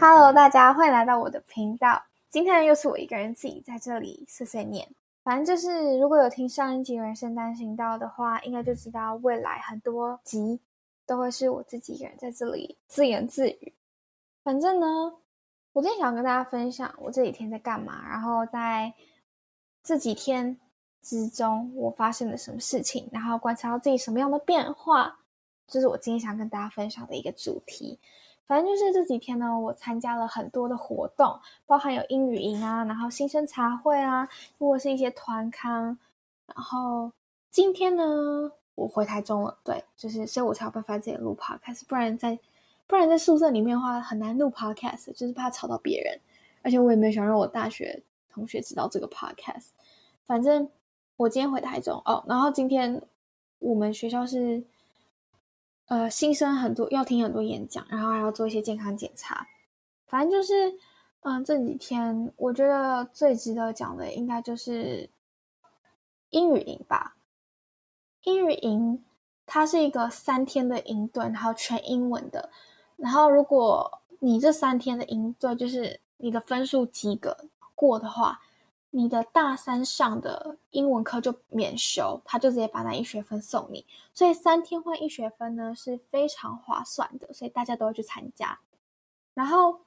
Hello， 大家欢迎来到我的频道。今天又是我一个人自己在这里碎碎念。反正就是如果有听上一集人生单行道的话，应该就知道未来很多集都会是我自己一个人在这里自言自语。反正呢，我今天想跟大家分享我这几天在干嘛，然后在这几天之中我发生了什么事情，然后观察到自己什么样的变化，这是我今天想跟大家分享的一个主题。反正就是这几天呢，我参加了很多的活动，包含有英语营啊，然后新生茶会啊，或者是一些团康。然后今天呢，我回台中了，对，就是所以我才有办法自己录 podcast，不然在宿舍里面的话很难录 podcast， 就是怕吵到别人，而且我也没有想让我大学同学知道这个 podcast。反正我今天回台中哦，然后今天我们学校是新生很多，要听很多演讲，然后还要做一些健康检查。反正就是这几天我觉得最值得讲的应该就是英语营吧。英语营它是一个3天的营队，然后全英文的。然后如果你这3天的营队就是你的分数及格过的话，你的大3上的英文课就免修，他就直接把那1学分送你。所以3天换1学分呢是非常划算的，所以大家都会去参加。然后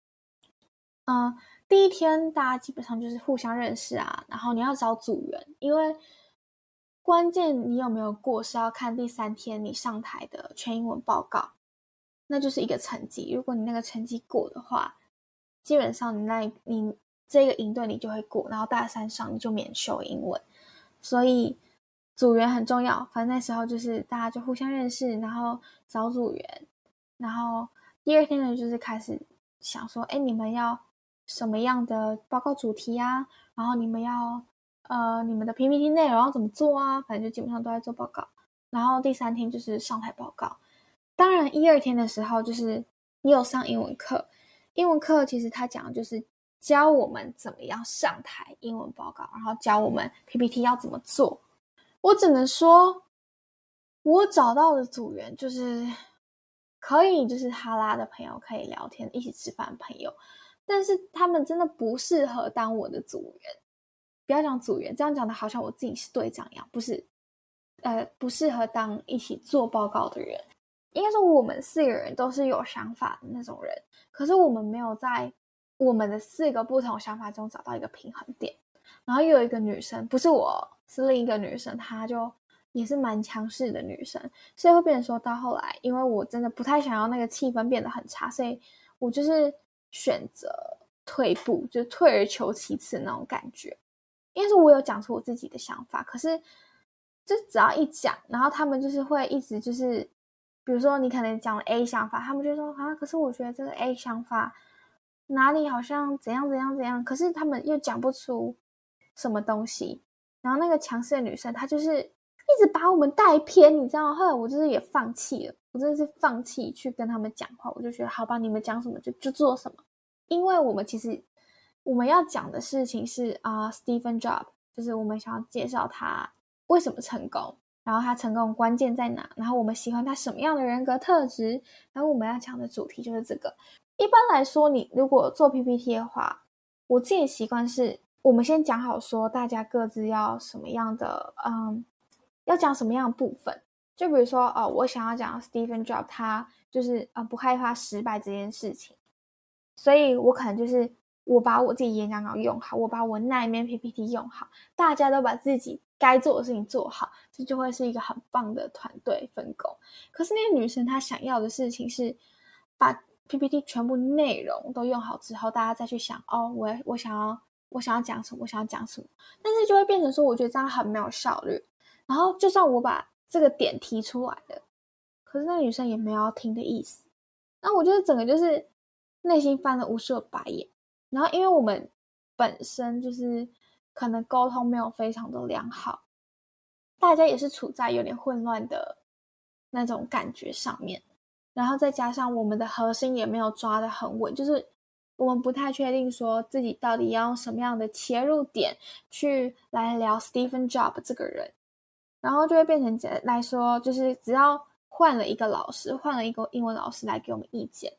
第一天大家基本上就是互相认识啊，然后你要找组员，因为关键你有没有过是要看第3天你上台的全英文报告，那就是一个成绩。如果你那个成绩过的话，基本上你这个营队你就会过，然后大3上你就免修英文。所以组员很重要，反正那时候就是大家就互相认识，然后找组员，然后第2天呢就是开始想说，你们要什么样的报告主题啊，然后你们要你们的 PPT 内容要怎么做啊，反正就基本上都在做报告。然后第3天就是上台报告。当然1、2天的时候就是你有上英文课，英文课其实他讲的就是教我们怎么样上台英文报告，然后教我们 PPT 要怎么做。我只能说我找到的组员就是可以就是哈拉的朋友，可以聊天一起吃饭的朋友，但是他们真的不适合当我的组员。不要讲组员，这样讲的好像我自己是队长一样，不是不适合当一起做报告的人。应该说我们4个人都是有想法的那种人，可是我们没有在我们的4个不同想法中找到一个平衡点。然后又有一个女生，不是我，是另一个女生，她就也是蛮强势的女生，所以会变成说到后来，因为我真的不太想要那个气氛变得很差，所以我就是选择退步，就退而求其次那种感觉。因为是我有讲出我自己的想法，可是就只要一讲，然后他们就是会一直就是比如说你可能讲了 A 想法，他们就说啊，可是我觉得这个 A 想法哪里好像怎样怎样怎样，可是他们又讲不出什么东西。然后那个强势的女生她就是一直把我们带偏，你知道吗？后来我就是也放弃了，我真的是放弃去跟他们讲话，我就觉得好吧，你们讲什么就做什么。因为我们其实我们要讲的事情是Stephen Jobs， 就是我们想要介绍他为什么成功，然后他成功的关键在哪，然后我们喜欢他什么样的人格特质，然后我们要讲的主题就是这个。一般来说你如果做 PPT 的话，我自己的习惯是我们先讲好说大家各自要什么样的要讲什么样的部分。就比如说我想要讲 Stephen Jobs 他就是不害怕失败这件事情，所以我可能就是我把我自己演讲稿用好，我把我那一面 PPT 用好，大家都把自己该做的事情做好，这就会是一个很棒的团队分工。可是那个女生她想要的事情是把 PPT 全部内容都用好之后，大家再去想我想要讲什么，我想要讲什么，但是就会变成说我觉得这样很没有效率。然后就算我把这个点提出来了，可是那个女生也没有要听的意思。那我觉得整个就是内心翻了无数的白眼。然后因为我们本身就是可能沟通没有非常的良好，大家也是处在有点混乱的那种感觉上面，然后再加上我们的核心也没有抓得很稳，就是我们不太确定说自己到底要用什么样的切入点去来聊 Stephen Jobs 这个人。然后就会变成来说，就是只要换了一个老师，换了一个英文老师来给我们意见，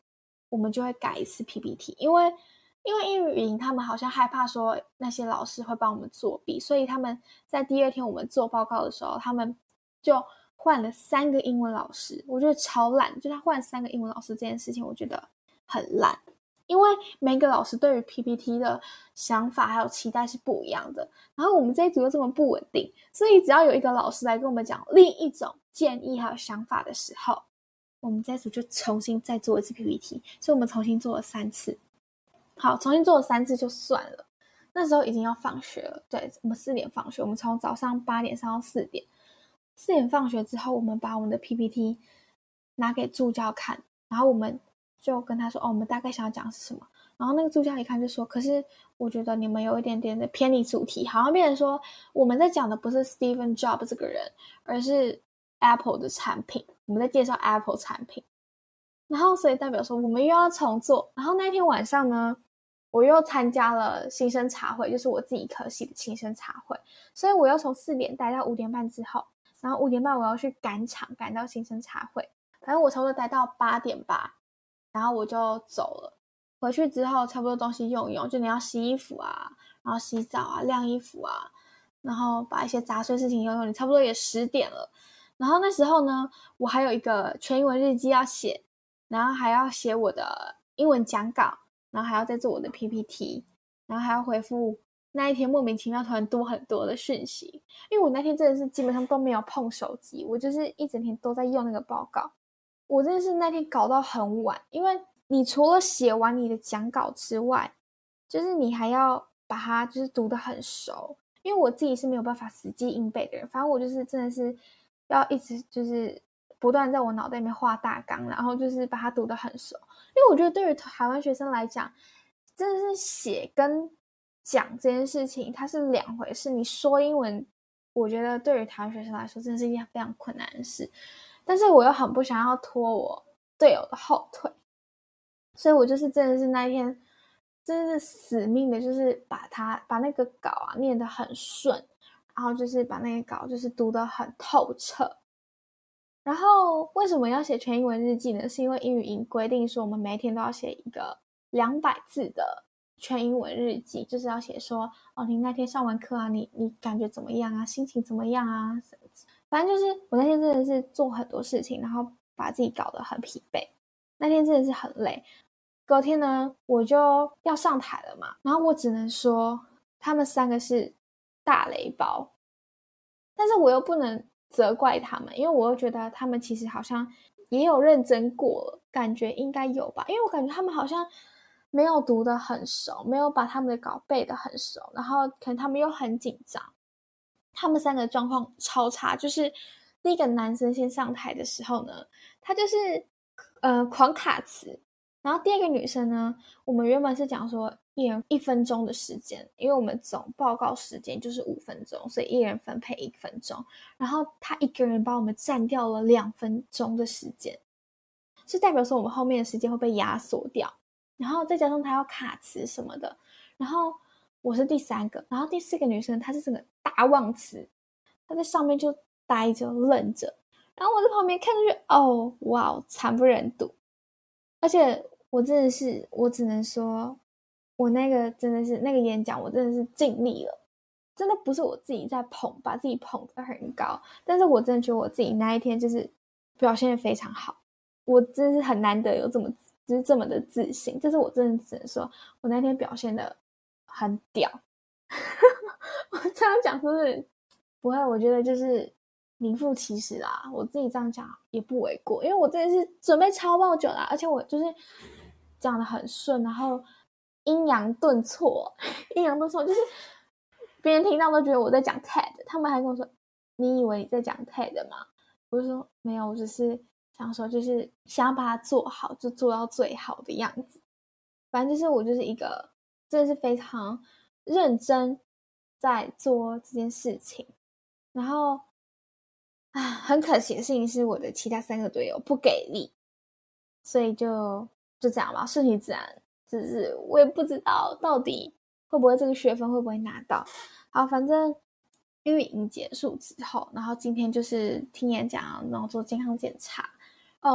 我们就会改一次 PPT，因为英语营他们好像害怕说那些老师会帮我们作弊，所以他们在第二天我们做报告的时候，他们就换了3个英文老师，我觉得超烂，就他换3个英文老师这件事情我觉得很烂，因为每个老师对于 PPT 的想法还有期待是不一样的，然后我们这一组又这么不稳定，所以只要有一个老师来跟我们讲另一种建议还有想法的时候，我们这一组就重新再做一次 PPT， 所以我们重新做了3次。好，重新做了3次就算了。那时候已经要放学了，对，我们4点放学，我们从早上8点上到4点。4点放学之后，我们把我们的 PPT 拿给助教看，然后我们就跟他说，我们大概想要讲的是什么。然后那个助教一看就说，可是我觉得你们有一点点的偏离主题，好像变成说我们在讲的不是 Steve Jobs 这个人，而是 Apple 的产品，我们在介绍 Apple 产品。然后所以代表说我们又要重做。然后那天晚上呢，我又参加了新生茶会，就是我自己科系的新生茶会，所以我又从4点待到5点半之后，然后5点半我要去赶场，赶到新生茶会，反正我差不多待到8点吧，然后我就走了。回去之后差不多东西用一用，就你要洗衣服啊，然后洗澡啊，晾衣服啊，然后把一些杂碎事情用用，你差不多也10点了。然后那时候呢，我还有一个全英文日记要写，然后还要写我的英文讲稿，然后还要再做我的 PPT， 然后还要回复那一天莫名其妙突然多很多的讯息，因为我那天真的是基本上都没有碰手机，我就是一整天都在用那个报告。我真的是那天搞到很晚，因为你除了写完你的讲稿之外，就是你还要把它就是读得很熟，因为我自己是没有办法死记硬背的人，反正我就是真的是要一直就是不断在我脑袋里面画大纲，然后就是把它读得很熟。因为我觉得对于台湾学生来讲，真的是写跟讲这件事情它是两回事。你说英文，我觉得对于台湾学生来说真的是一件非常困难的事，但是我又很不想要拖我队友的后腿，所以我就是真的是那一天真的是死命的，就是把那个稿啊念得很顺，然后就是把那个稿就是读得很透彻。然后为什么要写全英文日记呢？是因为英语营规定说我们每一天都要写一个200字的全英文日记，就是要写说你那天上完课啊，你感觉怎么样啊，心情怎么样啊，反正就是我那天真的是做很多事情，然后把自己搞得很疲惫，那天真的是很累。隔天呢，我就要上台了嘛，然后我只能说他们3个是大雷包，但是我又不能责怪他们，因为我又觉得他们其实好像也有认真过了，感觉应该有吧，因为我感觉他们好像没有读得很熟，没有把他们的稿背得很熟，然后可能他们又很紧张。他们3个状况超差，就是第一个男生先上台的时候呢，他就是狂卡词，然后第二个女生呢，我们原本是讲说一人1分钟的时间，因为我们总报告时间就是5分钟，所以一人分配1分钟，然后他一个人把我们占掉了2分钟的时间，是代表说我们后面的时间会被压缩掉，然后再加上他要卡词什么的，然后我是第3个，然后第4个女生她是整个大忘词，她在上面就呆着愣着，然后我在旁边看上去哇，惨不忍睹。而且我真的是，我只能说我那个真的是那个演讲我真的是尽力了，真的不是我自己在把自己捧得很高，但是我真的觉得我自己那一天就是表现得非常好，我真是很难得有就是这么的自信，这是我真的只能说我那天表现得很屌。我这样讲是不是不会？我觉得就是名副其实啦，我自己这样讲也不为过，因为我真的是准备超爆久啦，而且我就是讲得很顺，然后阴阳顿挫，阴阳顿挫就是别人听到都觉得我在讲 TED， 他们还跟我说你以为你在讲 TED 吗？我就说没有，我只是想说就是想要把它做好，就做到最好的样子。反正就是我就是一个真的是非常认真在做这件事情，然后很可惜的事情是我的其他3个队友不给力，所以就这样吧，顺其自然。就是我也不知道到底会不会这个学分会不会拿到。好，反正英语营结束之后，然后今天就是听演讲，然后做健康检查。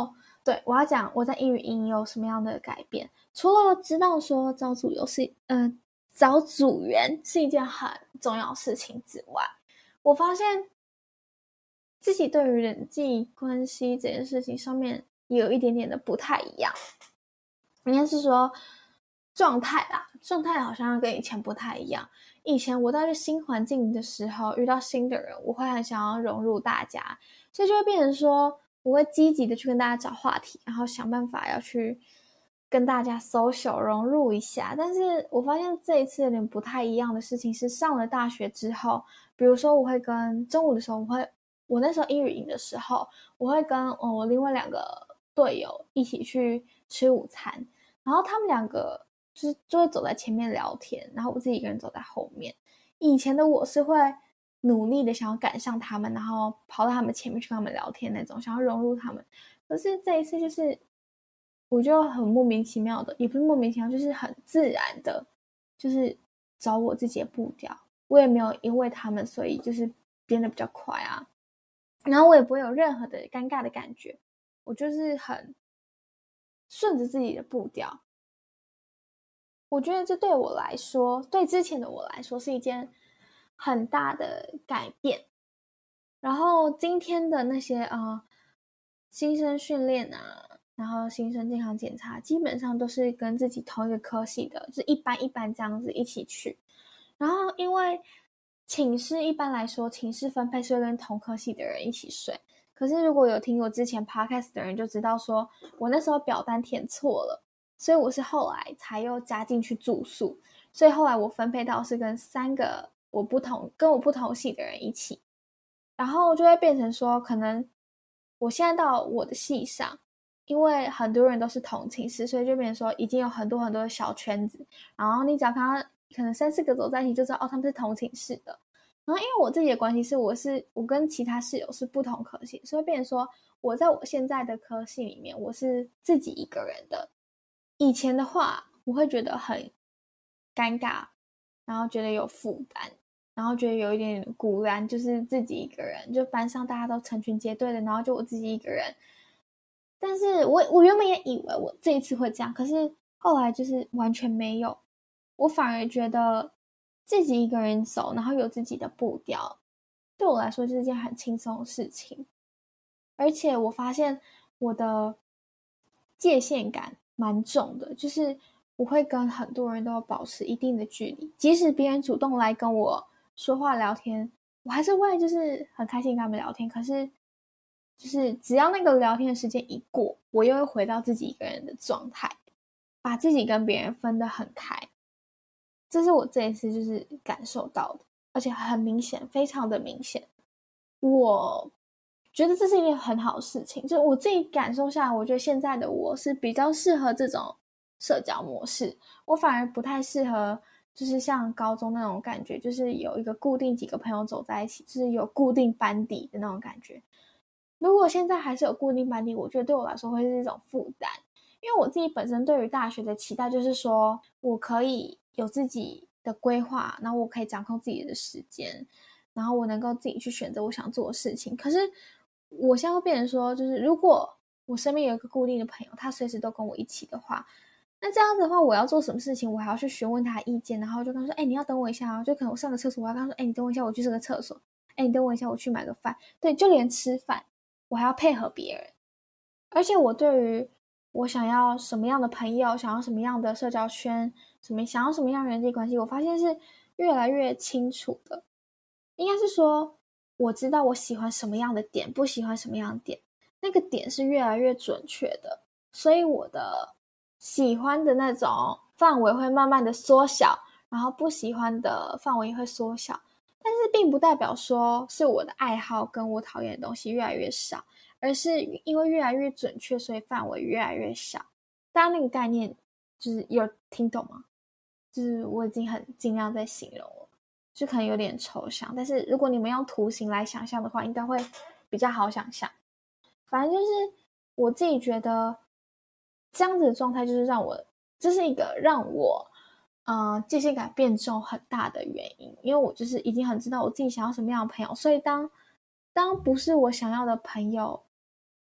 对，我要讲我在英语营有什么样的改变。除了知道说找组员是一件很重要的事情之外，我发现自己对于人际关系这件事情上面也有一点点的不太一样。应该是说状态啦，状态好像跟以前不太一样。以前我到一个新环境的时候，遇到新的人，我会很想要融入大家，所以就会变成说，我会积极的去跟大家找话题，然后想办法要去跟大家 social 融入一下。但是我发现这一次有点不太一样的事情是，上了大学之后，比如说我会跟中午的时候，我那时候英语营的时候，我会跟我另外2个队友一起去吃午餐，然后他们2个就会走在前面聊天，然后我自己一个人走在后面。以前的我是会努力的想要赶上他们，然后跑到他们前面去跟他们聊天那种，想要融入他们。可是这一次就是我就很莫名其妙的，也不是莫名其妙，就是很自然的，就是找我自己的步调。我也没有因为他们所以就是变得比较快啊，然后我也不会有任何的尴尬的感觉，我就是很顺着自己的步调。我觉得这对我来说，对之前的我来说是一件很大的改变。然后今天的那些新生训练啊，然后新生健康检查，基本上都是跟自己同一个科系的，就是一班一班这样子一起去。然后因为寝室一般来说，寝室分配是会跟同科系的人一起睡。可是如果有听我之前 podcast 的人就知道说，我那时候表单填错了，所以我是后来才又加进去住宿。所以后来我分配到是跟3个跟我不同系的人一起，然后就会变成说，可能我现在到我的系上，因为很多人都是同寝室，所以就变成说已经有很多很多的小圈子，然后你只要看到可能3-4个走在一起，就知道他们是同寝室的。然后因为我自己的关系是我跟其他室友是不同科系，所以变成说我在我现在的科系里面，我是自己一个人的。以前的话，我会觉得很尴尬，然后觉得有负担，然后觉得有一点点孤单，就是自己一个人，就班上大家都成群结队的，然后就我自己一个人。但是我原本也以为我这一次会这样，可是后来就是完全没有，我反而觉得自己一个人走，然后有自己的步调，对我来说就是一件很轻松的事情。而且我发现我的界限感蛮重的，就是我会跟很多人都保持一定的距离，即使别人主动来跟我说话聊天，我还是会就是很开心跟他们聊天。可是就是只要那个聊天的时间一过，我又会回到自己一个人的状态，把自己跟别人分得很开。这是我这一次就是感受到的，而且很明显，非常的明显。我觉得这是一件很好的事情，就我自己感受下来，我觉得现在的我是比较适合这种社交模式，我反而不太适合就是像高中那种感觉，就是有一个固定几个朋友走在一起，就是有固定班底的那种感觉。如果现在还是有固定班底，我觉得对我来说会是一种负担。因为我自己本身对于大学的期待就是说，我可以有自己的规划，然后我可以掌控自己的时间，然后我能够自己去选择我想做的事情。可是我现在会变成说，就是如果我身边有一个固定的朋友，他随时都跟我一起的话，那这样子的话，我要做什么事情，我还要去询问他的意见，然后就跟他说，你要等我一下哦。就可能我上个厕所，我要跟他说，你等我一下，我去这个厕所。你等我一下，我去买个饭。对，就连吃饭，我还要配合别人。而且我对于我想要什么样的朋友，想要什么样的社交圈，想要什么样的人际关系，我发现是越来越清楚的。应该是说，我知道我喜欢什么样的点，不喜欢什么样的点，那个点是越来越准确的，所以我的喜欢的那种范围会慢慢的缩小，然后不喜欢的范围也会缩小。但是并不代表说是我的爱好跟我讨厌的东西越来越少，而是因为越来越准确，所以范围越来越小。大家那个概念就是有听懂吗？就是我已经很尽量在形容了，就可能有点抽象，但是如果你们用图形来想象的话，应该会比较好想象。反正就是我自己觉得这样子的状态，就是这是一个让我界限感变重很大的原因，因为我就是已经很知道我自己想要什么样的朋友，所以当不是我想要的朋友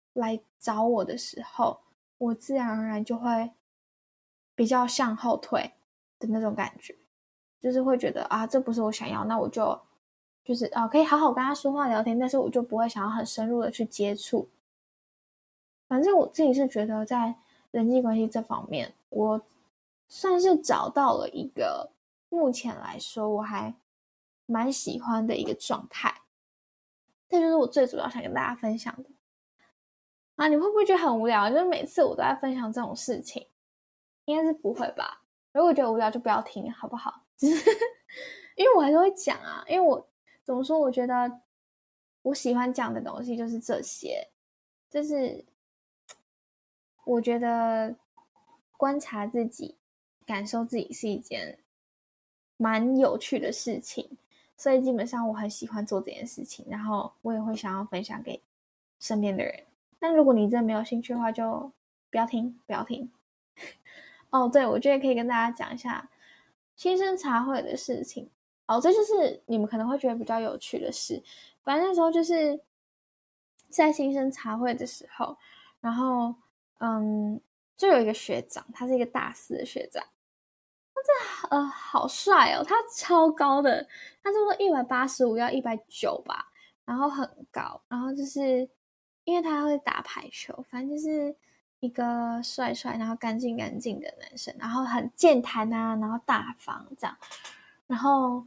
来找我的时候，我自然而然就会比较向后退的那种感觉，就是会觉得啊，这不是我想要，那我就是可以好好跟他说话聊天，但是我就不会想要很深入的去接触。反正我自己是觉得在人际关系这方面，我算是找到了一个目前来说我还蛮喜欢的一个状态。这就是我最主要想跟大家分享的。啊，你会不会觉得很无聊？就是每次我都在分享这种事情，应该是不会吧？如果觉得无聊就不要听，好不好？就是因为我还是会讲啊，因为我怎么说？我觉得我喜欢讲的东西就是这些，就是我觉得观察自己、感受自己是一件蛮有趣的事情，所以基本上我很喜欢做这件事情，然后我也会想要分享给身边的人。但如果你真的没有兴趣的话，就不要听，不要听。哦，对，我觉得可以跟大家讲一下新生茶会的事情。哦，这就是你们可能会觉得比较有趣的事。反正那时候就是在新生茶会的时候，然后就有一个学长，他是一个大四的学长，好帅哦，他超高的，他差不多185要190吧，然后很高，然后就是因为他会打排球，反正就是一个帅帅然后干净干净的男生，然后很健谈啊，然后大方这样，然后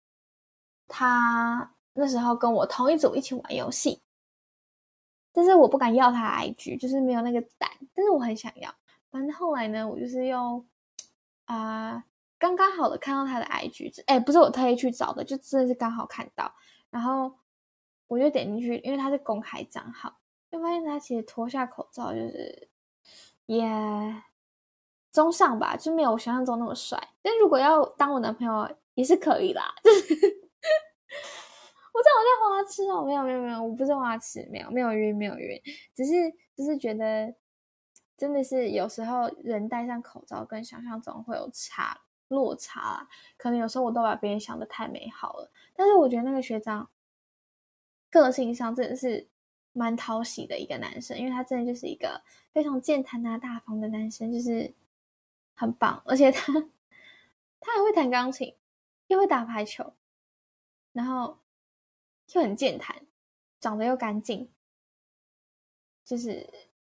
他那时候跟我同一组一起玩游戏，但是我不敢要他的 IG，就是没有那个胆，但是我很想要。反正后来呢，我就是用刚刚好的看到他的 IG，不是我特意去找的，就真的是刚好看到，然后我就点进去，因为他是公开账号，就发现他其实脱下口罩就是也中上吧，就没有我想象中那么帅。但如果要当我男朋友也是可以啦，就是我在花痴哦，没有，我不是花痴，没有晕，只是觉得真的是有时候人戴上口罩跟想象中会有落差啦，可能有时候我都把别人想的太美好了，但是我觉得那个学长个性上真的是蛮讨喜的一个男生，因为他真的就是一个非常健谈啊大方的男生，就是很棒，而且他还会弹钢琴，又会打排球，然后又很健谈，长得又干净，就是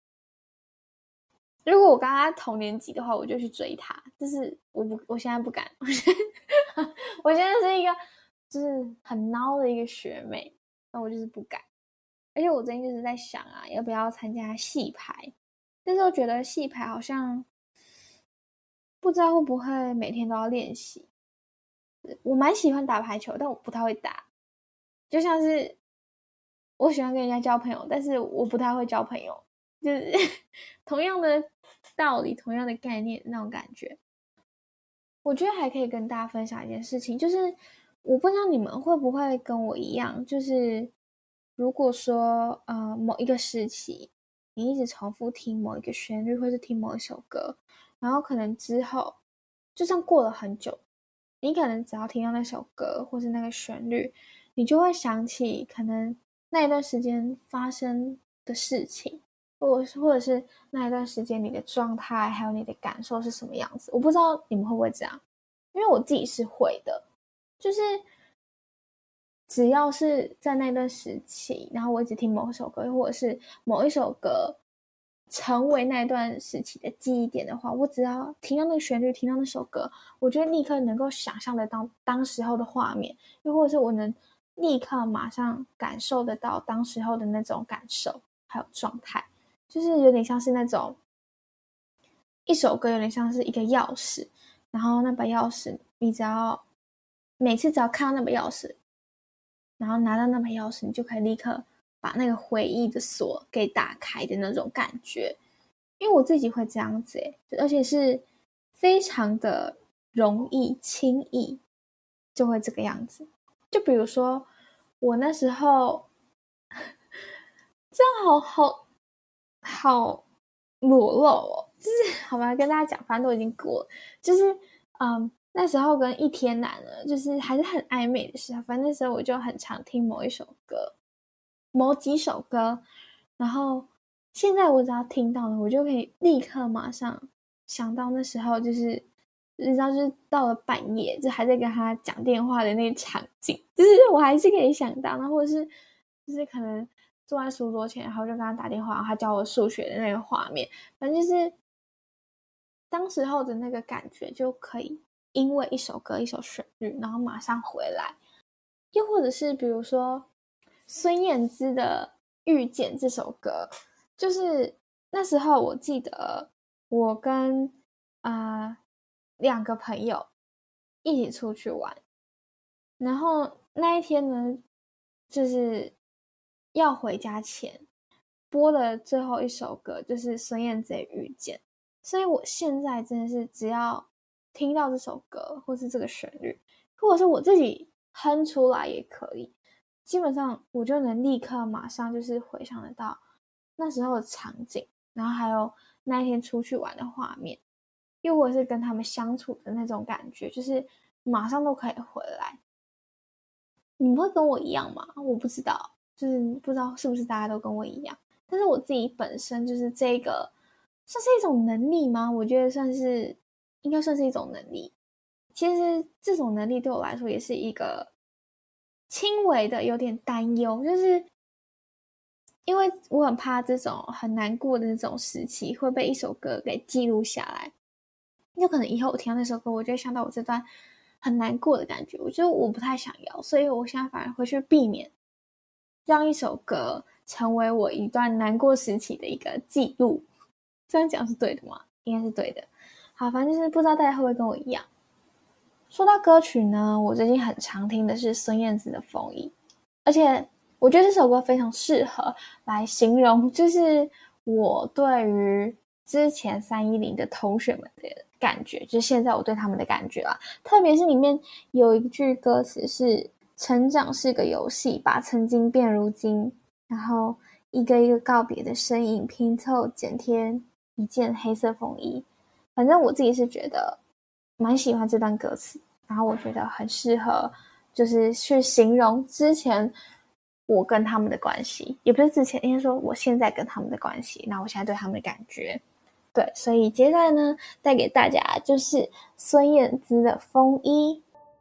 如果我跟他同年级的话，我就去追他。就是我现在不敢，我现在是一个就是很孬的一个学妹，那我就是不敢。而且我最近就是在想啊，要不要参加系排？但是我觉得系排好像不知道会不会每天都要练习。我蛮喜欢打排球，但我不太会打。就像是我喜欢跟人家交朋友，但是我不太会交朋友，就是同样的道理，同样的概念那种感觉。我觉得还可以跟大家分享一件事情，就是我不知道你们会不会跟我一样，就是如果说某一个时期你一直重复听某一个旋律，或是听某一首歌，然后可能之后就算过了很久，你可能只要听到那首歌或是那个旋律，你就会想起可能那一段时间发生的事情。或者是那一段时间你的状态还有你的感受是什么样子，我不知道你们会不会这样，因为我自己是会的，就是只要是在那段时期，然后我一直听某首歌，或者是某一首歌成为那段时期的记忆点的话，我只要听到那个旋律，听到那首歌，我觉得立刻能够想象得到当时候的画面，又或者是我能立刻马上感受得到当时候的那种感受还有状态。就是有点像是那种一首歌，有点像是一个钥匙，然后那把钥匙，你每次只要看到那把钥匙，然后拿到那把钥匙，你就可以立刻把那个回忆的锁给打开的那种感觉。因为我自己会这样子而且是非常的容易轻易就会这个样子。就比如说我那时候这样好裸露哦，就是好吧，跟大家讲，反正都已经过了，就是那时候跟一天男呢，就是还是很暧昧的时候，反正那时候我就很常听某几首歌，然后现在我只要听到了，我就可以立刻马上想到那时候就是你知道，就是到了半夜，就还在跟他讲电话的那个场景，就是我还是可以想到，然后或者是就是可能坐在书桌前，然后就跟他打电话，然后他教我数学的那个画面，反正就是当时候的那个感觉就可以因为一首歌一首旋律，然后马上回来。又或者是比如说孙燕姿的《遇见》这首歌，就是那时候我记得我跟2个朋友一起出去玩，然后那一天呢，就是要回家前播的最后一首歌就是孙燕姿的《遇见》，所以我现在真的是只要听到这首歌或是这个旋律，或者是我自己哼出来也可以，基本上我就能立刻马上就是回想得到那时候的场景，然后还有那一天出去玩的画面，又或者是跟他们相处的那种感觉，就是马上都可以回来。你们会跟我一样吗？我不知道，就是不知道是不是大家都跟我一样。但是我自己本身就是这个，算是一种能力吗？我觉得应该算是一种能力。其实这种能力对我来说也是一个轻微的有点担忧，就是因为我很怕这种很难过的那种时期会被一首歌给记录下来。就可能以后我听到那首歌，我就会想到我这段很难过的感觉，我觉得我不太想要，所以我现在反而会去避免让一首歌成为我一段难过时期的一个记录。这样讲是对的吗？应该是对的。好，反正就是不知道大家会不会跟我一样。说到歌曲呢，我最近很常听的是孙燕姿的《风衣》，而且我觉得这首歌非常适合来形容就是我对于之前310的同学们的感觉，就是现在我对他们的感觉啦。特别是里面有一句歌词是成长是个游戏，把曾经变如今，然后一个一个告别的身影拼凑剪贴一件黑色风衣。反正我自己是觉得蛮喜欢这段歌词，然后我觉得很适合就是去形容之前我跟他们的关系，也不是之前，应该说我现在跟他们的关系，那我现在对他们的感觉。对，所以接下来呢，带给大家就是孙燕姿的《风衣》。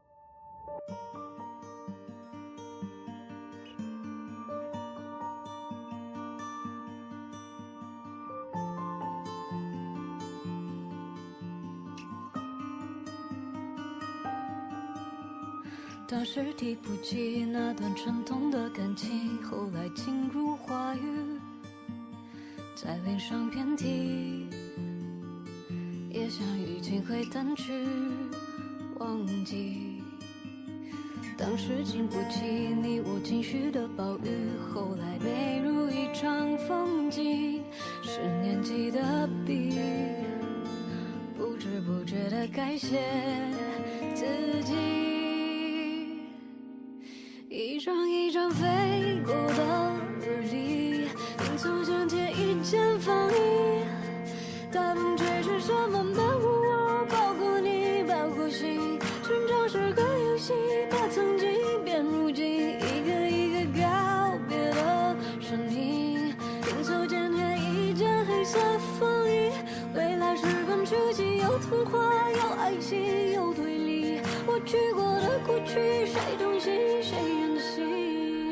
当时提不起那段沉痛的感情，后来进入话语，在脸上遍体，也想已经会淡去忘记。当时经不起你我情绪的暴雨，后来美如一场风景，是年纪的笔，不知不觉地改写自己。一张一张飞过的日历，拼凑剪贴一件风衣，大风吹是什么保护我，包括你，包括心，成长是个游戏，把曾经变如今，一个一个告别的身影，拼凑剪贴一件黑色风衣，未来是本书籍，有童话，有爱情，有推理，我去过的过去，谁同行谁远行，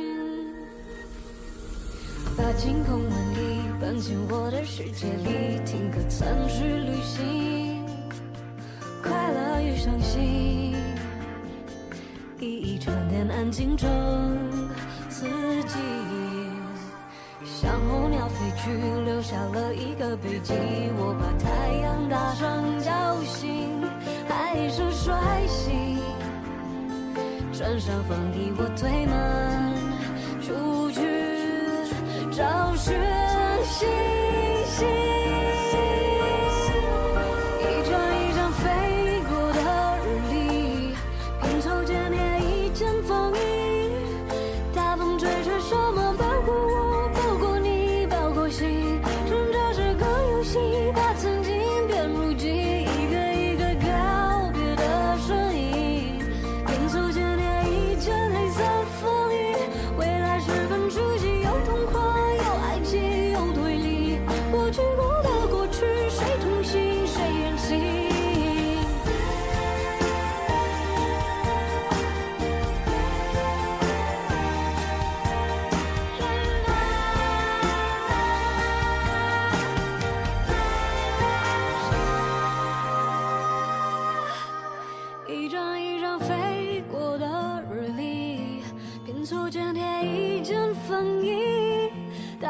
把晴空万里搬进我的世界里，听歌参去旅行，快乐与伤心，一整天安静中四季，像候鸟飞去，留下了一个背脊，我把太阳打上叫醒，还是率性穿上风衣，我推门出去找寻星星，一张一张飞过的日历，拼凑剪贴一件风衣，大风吹吹什么包括我，包括你，包括心，成长是个游戏，把曾经变如今，一个一个告别的身影，拼凑剪贴一件黑色风衣，未来是本书籍，有童话，有爱情，有推理，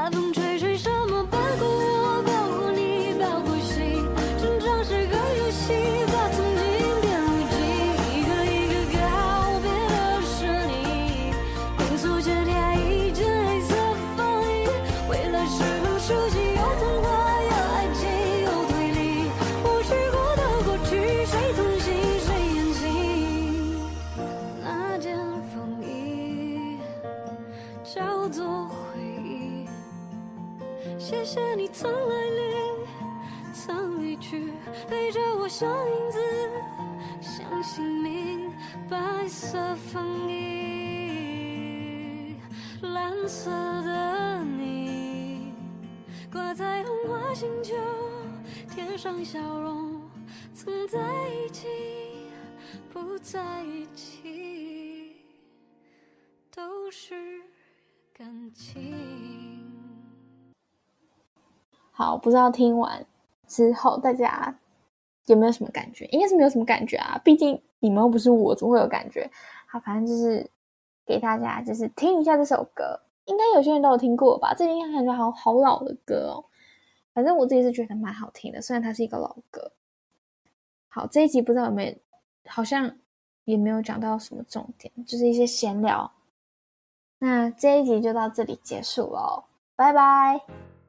大风吹吹什么，包括我，包括你，包括心。成长是个游戏，把曾经变如今，一个一个告别的是你。拼凑着它一件黑色风衣，未来是很熟悉，有童话，有爱情，有推理。我去过的过去，谁同行，谁远行？那件风衣叫做回忆。谢谢你曾来临，曾离去，陪着我像影子，像姓名。白色风衣，蓝色的你，挂在红花星球，贴上笑容，曾在一起，不在一起，都是感情。 好，不知道听完之后大家有没有什么感觉？应该是没有什么感觉啊，毕竟你们又不是我，怎么会有感觉？好，反正就是给大家就是听一下这首歌，应该有些人都有听过吧？这应该感觉好老的歌哦。反正我自己是觉得蛮好听的，虽然它是一个老歌。好，这一集不知道有没有，好像也没有讲到什么重点，就是一些闲聊。那这一集就到这里结束咯，拜拜。